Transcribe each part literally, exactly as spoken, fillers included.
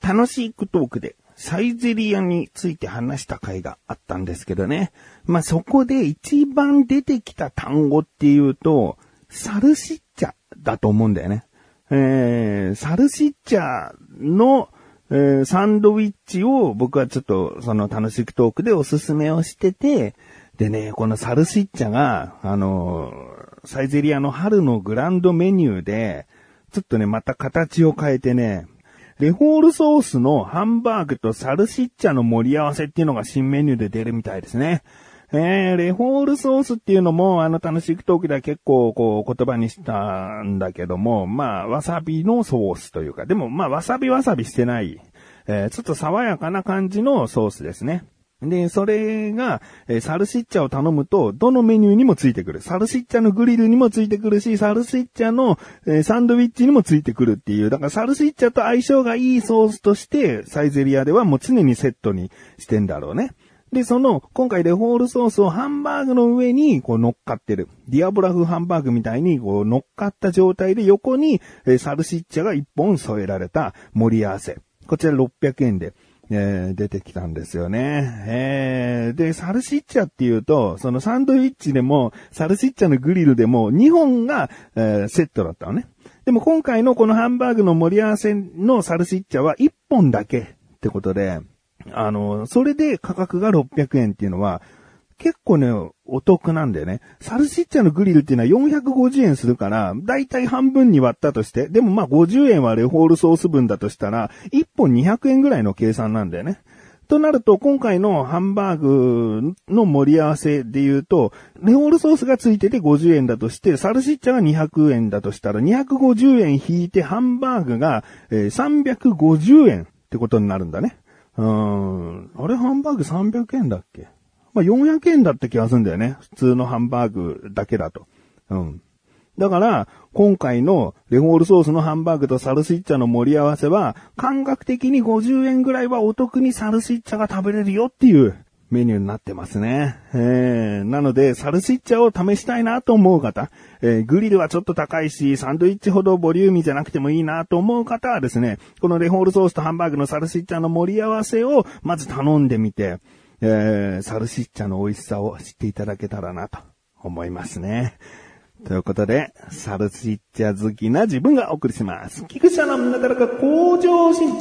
楽しくトークでサイゼリヤについて話した回があったんですけどね。まあ、そこで一番出てきた単語っていうと、サルシッチャだと思うんだよね。えー、サルシッチャの、えー、サンドイッチを僕はちょっとその楽しくトークでおすすめをしてて、でね、このサルシッチャが、あのー、サイゼリヤの春のグランドメニューで、ちょっとね、また形を変えてね、レホールソースのハンバーグとサルシッチャの盛り合わせっていうのが新メニューで出るみたいですね。えー、レホールソースっていうのも、あの、楽しくトークでは結構、こう、言葉にしたんだけども、まあ、わさびのソースというか、でも、まあ、わさびわさびしてない、えー、ちょっと爽やかな感じのソースですね。で、それが、えー、サルシッチャを頼むと、どのメニューにもついてくる。サルシッチャのグリルにもついてくるし、サルシッチャの、えー、サンドイッチにもついてくるっていう。だからサルシッチャと相性がいいソースとして、サイゼリヤではもう常にセットにしてんだろうね。で、その、今回レホールソースをハンバーグの上に、こう乗っかってる。ディアボラ風ハンバーグみたいに、こう乗っかった状態で横に、えー、サルシッチャが一本添えられた盛り合わせ。こちらろっぴゃくえんで。えー、出てきたんですよね。えー、で、サルシッチャっていうと、そのサンドイッチでも、サルシッチャのグリルでも、にほんが、えー、セットだったのね。でも今回のこのハンバーグの盛り合わせのサルシッチャはいっぽんだけってことで、あの、それで価格がろっぴゃくえんっていうのは、結構ね、お得なんだよね。サルシッチャのグリルっていうのはよんひゃくごじゅうえんするから、だいたい半分に割ったとして、でもまあごじゅうえんはレホールソース分だとしたら、いっぽんにひゃくえんぐらいの計算なんだよね。となると、今回のハンバーグの盛り合わせで言うと、レホールソースがついててごじゅうえんだとして、サルシッチャがにひゃくえんだとしたら、にひゃくごじゅうえん引いてハンバーグが、えー、さんびゃくごじゅうえんってことになるんだね。うーん。あれ、ハンバーグさんびゃくえんだっけ？まあ、よんひゃくえんだった気がするんだよね。普通のハンバーグだけだと。うん。だから、今回のレホールソースのハンバーグとサルシッチャの盛り合わせは、感覚的にごじゅうえんぐらいはお得にサルシッチャが食べれるよっていうメニューになってますね。えー、なので、サルシッチャを試したいなと思う方、えー、グリルはちょっと高いし、サンドイッチほどボリューミーじゃなくてもいいなと思う方はですね、このレホールソースとハンバーグのサルシッチャの盛り合わせをまず頼んでみて、えー、サルシッチャの美味しさを知っていただけたらなと思いますね。ということで、サルシッチャ好きな自分がお送りします。菊池のなだらか向上心。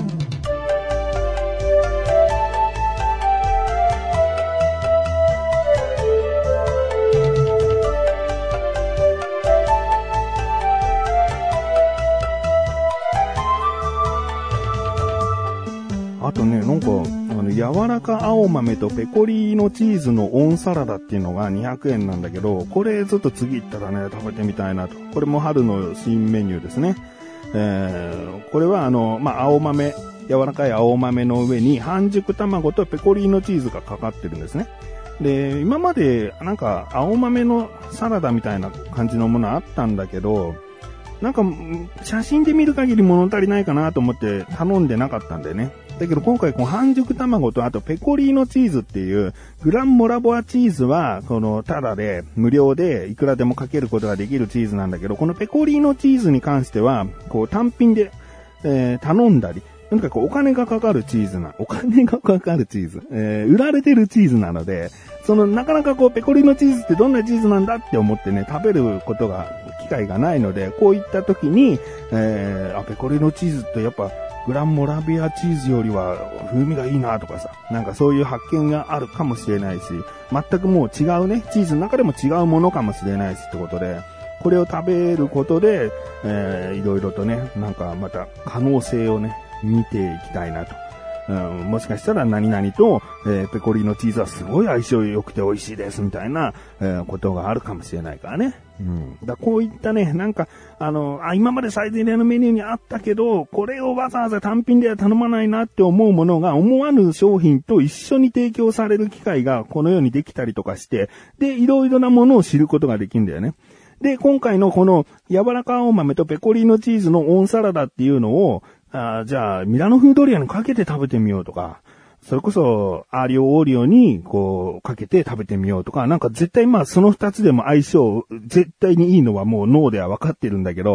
あとね、なんか、あの、柔らか青豆とペコリーノチーズのオンサラダっていうのがにひゃくえんなんだけど、これちょっと次行ったらね、食べてみたいなと。これも春の新メニューですね。えー、これはあの、まあ、青豆、柔らかい青豆の上に半熟卵とペコリーノチーズがかかってるんですね。で、今までなんか青豆のサラダみたいな感じのものあったんだけど、なんか写真で見る限り物足りないかなと思って頼んでなかったんだよね。だけど今回この半熟卵とあとペコリーノチーズっていうグランモラボアチーズはこのタダで無料でいくらでもかけることができるチーズなんだけど、このペコリーノチーズに関してはこう単品で、えー、頼んだり、なんかこうお金がかかるチーズな、お金がかかるチーズ、えー、売られてるチーズなので、そのなかなかこうペコリーノチーズってどんなチーズなんだって思ってね、食べることが機会がないので、こういった時に、えー、あ、ペコリーノチーズってやっぱグランモラビアチーズよりは風味がいいなとかさ、なんかそういう発見があるかもしれないし、全くもう違うね、チーズの中でも違うものかもしれないしってことで、これを食べることで、えー、いろいろとね、なんかまた可能性をね、見ていきたいなと。うん、もしかしたら何々と、えー、ペコリーノチーズはすごい相性良くて美味しいですみたいな、えー、ことがあるかもしれないからね。うん。だこういったね、なんか、あの、あ、今までサイゼリヤのメニューにあったけど、これをわざわざ単品では頼まないなって思うものが思わぬ商品と一緒に提供される機会がこのようにできたりとかして、で、いろいろなものを知ることができるんだよね。で、今回のこの柔らか青豆とペコリーノチーズのオンサラダっていうのを、あじゃあ、ミラノ風ドリアにかけて食べてみようとか、それこそ、アーリオオーリオに、こう、かけて食べてみようとか、なんか絶対まあその二つでも相性、絶対にいいのはもう脳では分かってるんだけど、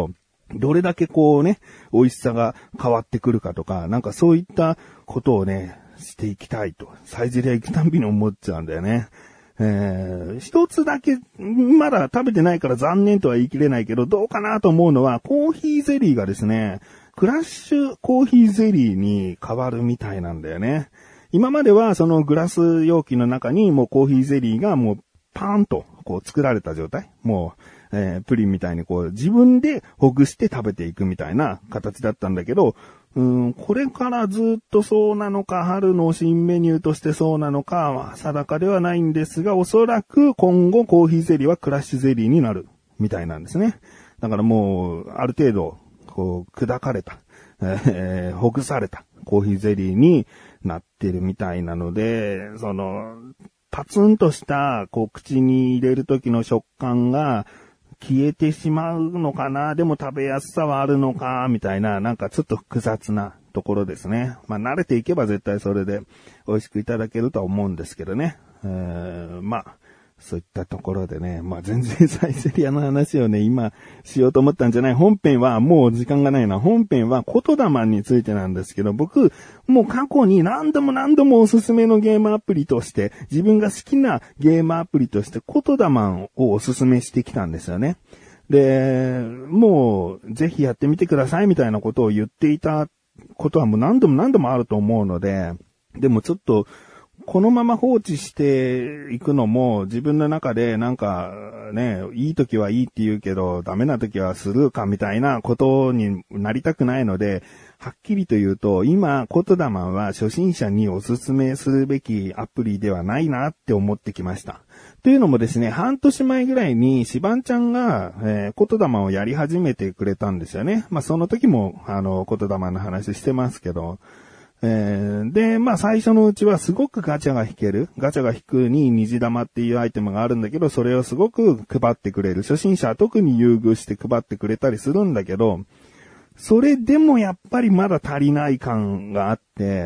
どれだけこうね、美味しさが変わってくるかとか、なんかそういったことをね、していきたいと、サイゼリヤ行くたんびに思っちゃうんだよね。えー、一つだけ、まだ食べてないから残念とは言い切れないけど、どうかなと思うのは、コーヒーゼリーがですね、クラッシュコーヒーゼリーに変わるみたいなんだよね。今まではそのグラス容器の中にもうコーヒーゼリーがもうパーンとこう作られた状態。もう、えー、プリンみたいにこう自分でほぐして食べていくみたいな形だったんだけど、うーん、これからずっとそうなのか、春の新メニューとしてそうなのかは定かではないんですが、おそらく今後コーヒーゼリーはクラッシュゼリーになるみたいなんですね。だからもう、ある程度、こう、砕かれた、えー、ほぐされたコーヒーゼリーになってるみたいなので、その、パツンとした、こう、口に入れる時の食感が消えてしまうのかな、でも食べやすさはあるのか、みたいな、なんかちょっと複雑なところですね。まあ、慣れていけば絶対それで美味しくいただけるとは思うんですけどね。えー、まあ、そういったところでね、まあ全然サイゼリヤの話をね、今しようと思ったんじゃない。本編はもう時間がないな。本編は言霊についてなんですけど、僕、もう過去に何度も何度もおすすめのゲームアプリとして、自分が好きなゲームアプリとして言霊をおすすめしてきたんですよね。で、もうぜひやってみてくださいみたいなことを言っていたことはもう何度も何度もあると思うので、でもちょっと、このまま放置していくのも自分の中でなんかね、いい時はいいって言うけどダメな時はスルーかみたいなことになりたくないので、はっきりと言うと今言霊は初心者におすすめするべきアプリではないなって思ってきました。というのもですね、半年前ぐらいにシバンちゃんが、えー、言霊をやり始めてくれたんですよね。まあその時もあの言霊の話してますけど、えー、で、まあ最初のうちはすごくガチャが引ける。ガチャが引くに虹玉っていうアイテムがあるんだけど、それをすごく配ってくれる。初心者は特に優遇して配ってくれたりするんだけど、それでもやっぱりまだ足りない感があって、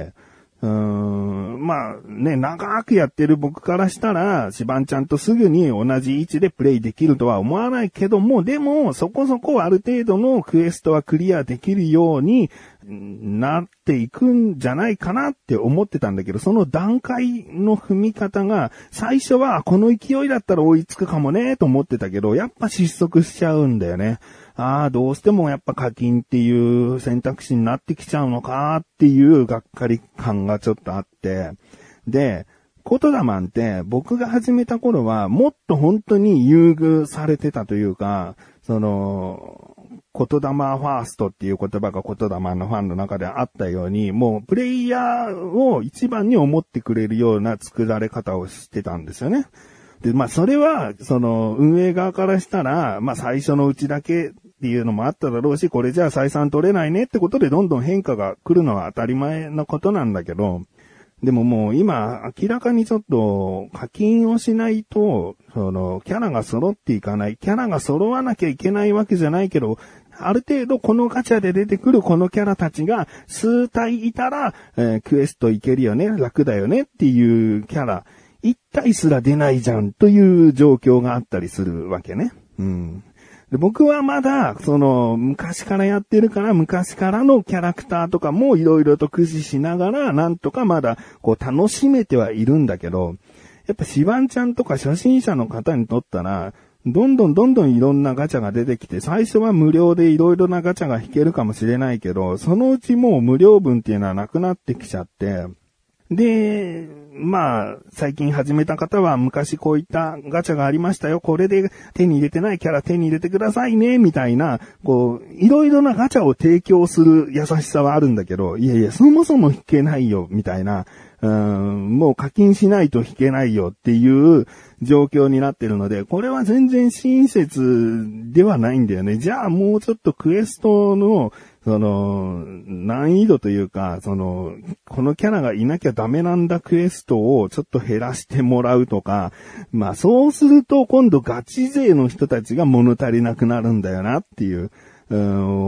うーん、まあね、長くやってる僕からしたら、シバンちゃんとすぐに同じ位置でプレイできるとは思わないけども、でもそこそこある程度のクエストはクリアできるようになっていくんじゃないかなって思ってたんだけど、その段階の踏み方が、最初はこの勢いだったら追いつくかもねと思ってたけど、やっぱ失速しちゃうんだよね。ああ、どうしてもやっぱ課金っていう選択肢になってきちゃうのかっていうがっかり感がちょっとあって。で、言霊って僕が始めた頃はもっと本当に優遇されてたというか、その、言霊ファーストっていう言葉が言霊のファンの中であったように、もうプレイヤーを一番に思ってくれるような作られ方をしてたんですよね。で、まあそれは、その運営側からしたら、まあ最初のうちだけっていうのもあっただろうし、これじゃあ採算取れないねってことでどんどん変化が来るのは当たり前のことなんだけど、でももう今明らかにちょっと課金をしないと、そのキャラが揃っていかない、キャラが揃わなきゃいけないわけじゃないけど、ある程度このガチャで出てくるこのキャラたちが数体いたら、えー、クエストいけるよね、楽だよねっていうキャラ、一体すら出ないじゃんという状況があったりするわけね。うん。で僕はまだ、その、昔からやってるから、昔からのキャラクターとかもいろいろと駆使しながら、なんとかまだ、こう、楽しめてはいるんだけど、やっぱシバンちゃんとか初心者の方にとったら、どんどんどんどんいろんなガチャが出てきて、最初は無料でいろいろなガチャが引けるかもしれないけど、そのうちもう無料分っていうのはなくなってきちゃって、で、まあ、最近始めた方は昔こういったガチャがありましたよ。これで手に入れてないキャラ手に入れてくださいね、みたいな、こう、いろいろなガチャを提供する優しさはあるんだけど、いやいや、そもそも引けないよ、みたいな、うーん、もう課金しないと引けないよっていう状況になってるので、これは全然親切ではないんだよね。じゃあもうちょっとクエストの、その、難易度というか、その、このキャラがいなきゃダメなんだクエストをちょっと減らしてもらうとか、まあそうすると今度ガチ勢の人たちが物足りなくなるんだよなっていう、うん、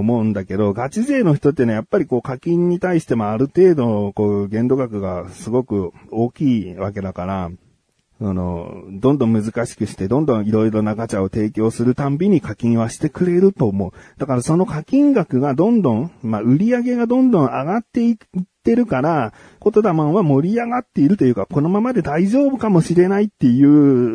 思うんだけど、ガチ勢の人ってね、やっぱりこう課金に対してもある程度、こう限度額がすごく大きいわけだから、 あの、どんどん難しくして、どんどんいろいろなガチャを提供するたんびに課金はしてくれると思う。だからその課金額がどんどん、まあ、売り上げがどんどん上がっていってるから、コトダマンは盛り上がっているというか、このままで大丈夫かもしれないっていう、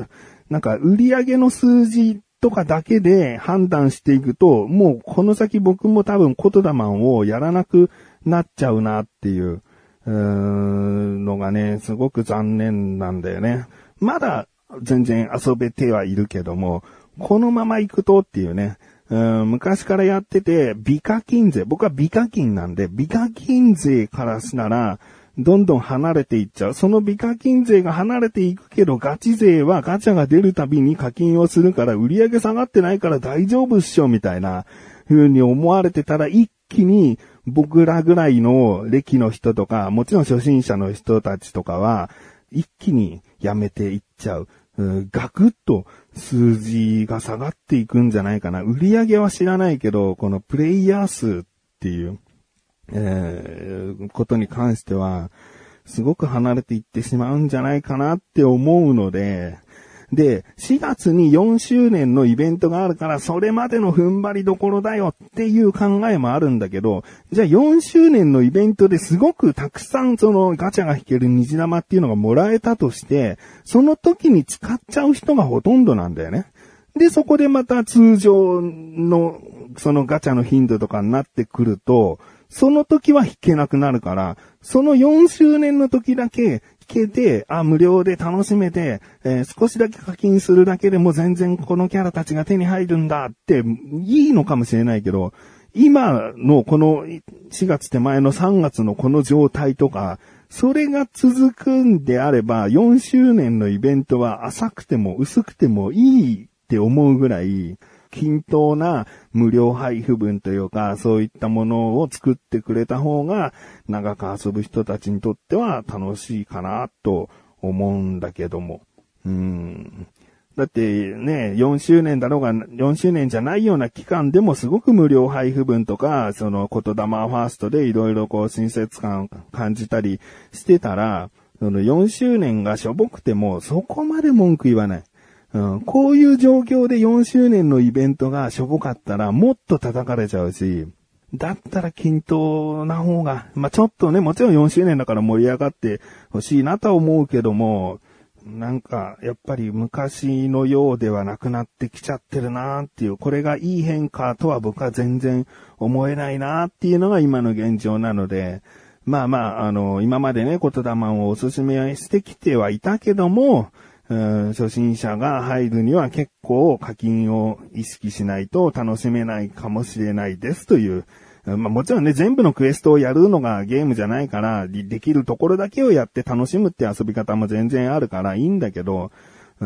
なんか売り上げの数字とかだけで判断していくと、もうこの先僕も多分コトダマンをやらなくなっちゃうなっていう、うーんのがね、すごく残念なんだよね。まだ全然遊べてはいるけども、このまま行くとっていうね、うーん昔からやってて、美課金税、僕は美課金なんで、美課金税からしたら、どんどん離れていっちゃう。その美課金税が離れていくけど、ガチ勢はガチャが出るたびに課金をするから売り上げ下がってないから大丈夫っしょ、みたいな風に思われてたら一気に僕らぐらいの歴の人とか、もちろん初心者の人たちとかは、一気にやめていっちゃう。ガクッと数字が下がっていくんじゃないかな。売り上げは知らないけど、このプレイヤー数っていう、えー、ことに関しては、すごく離れていってしまうんじゃないかなって思うので、で、しがつによんしゅうねんのイベントがあるから、それまでの踏ん張りどころだよっていう考えもあるんだけど、じゃあよんしゅうねんのイベントですごくたくさんそのガチャが引ける虹玉っていうのがもらえたとして、その時に使っちゃう人がほとんどなんだよね。で、そこでまた通常のそのガチャの頻度とかになってくると、その時は引けなくなるから、そのよんしゅうねんの時だけ引けて、あ、無料で楽しめて、えー、少しだけ課金するだけでも全然このキャラたちが手に入るんだっていいのかもしれないけど、今のこのしがつ手前のさんがつのこの状態とか、それが続くんであれば、よんしゅうねんのイベントは浅くても薄くてもいいって思うぐらい、均等な無料配布分というか、そういったものを作ってくれた方が、長く遊ぶ人たちにとっては楽しいかなと思うんだけども。うーん。だってね、よんしゅうねんだろうが、よんしゅうねんじゃないような期間でもすごく無料配布分とか、その言霊ファーストでいろいろこう親切感感じたりしてたら、そのよんしゅうねんがしょぼくてもそこまで文句言わない。うん、こういう状況でよんしゅうねんのイベントがしょぼかったらもっと叩かれちゃうし、だったら均等な方が、まあ、ちょっとね、もちろんよんしゅうねんだから盛り上がってほしいなとは思うけども、なんか、やっぱり昔のようではなくなってきちゃってるなーっていう、これがいい変化とは僕は全然思えないなーっていうのが今の現状なので、まあまあ、あの、今までね、コトダマンをおすすめしてきてはいたけども、うん、初心者が入るには結構課金を意識しないと楽しめないかもしれないですという、まあもちろんね、全部のクエストをやるのがゲームじゃないから、できるところだけをやって楽しむって遊び方も全然あるからいいんだけど、うん、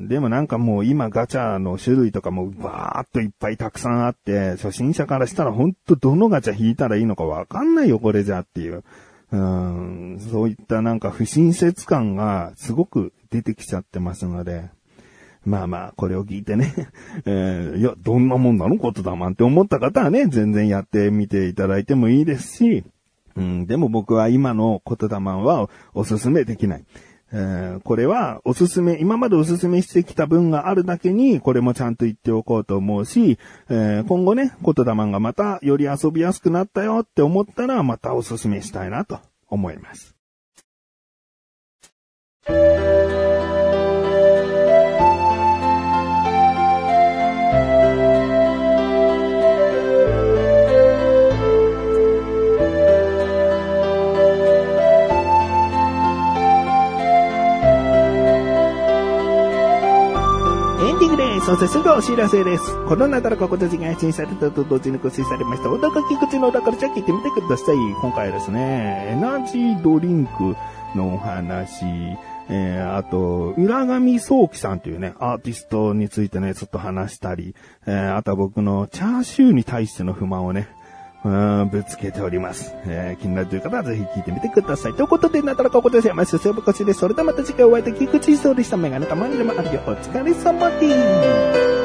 でもなんかもう今ガチャの種類とかもバーっといっぱいたくさんあって、初心者からしたらほんとどのガチャ引いたらいいのかわかんないよこれじゃっていう。うん、そういったなんか不親切感がすごく出てきちゃってますので、まあまあ、これを聞いてね、えー、いや、どんなもんなのコトダマンって思った方はね、全然やってみていただいてもいいですし、うん、でも僕は今のコトダマンはおすすめできない。えー、これはおすすめ、今までおすすめしてきた分があるだけに、これもちゃんと言っておこうと思うし、えー、今後ね、コトダマンがまたより遊びやすくなったよって思ったら、またおすすめしたいなと思います。そしてすぐお知らせです。このなだらかことじが配信されたと同時に更新されました。小高菊池のだからじゃ聞いてみてください。今回はですね、エナジードリンクのお話、えー、あと、浦上壮輝さんというね、アーティストについてね、ちょっと話したり、えー、あとは僕のチャーシューに対しての不満をね、うーん、ぶつけております。えー、気になるという方はぜひ聞いてみてください。ということで、なだらかことでました。それぶこちです。それではまた次回お会いできくちそうでした。メガネたまにでもあるよ。お疲れ様です。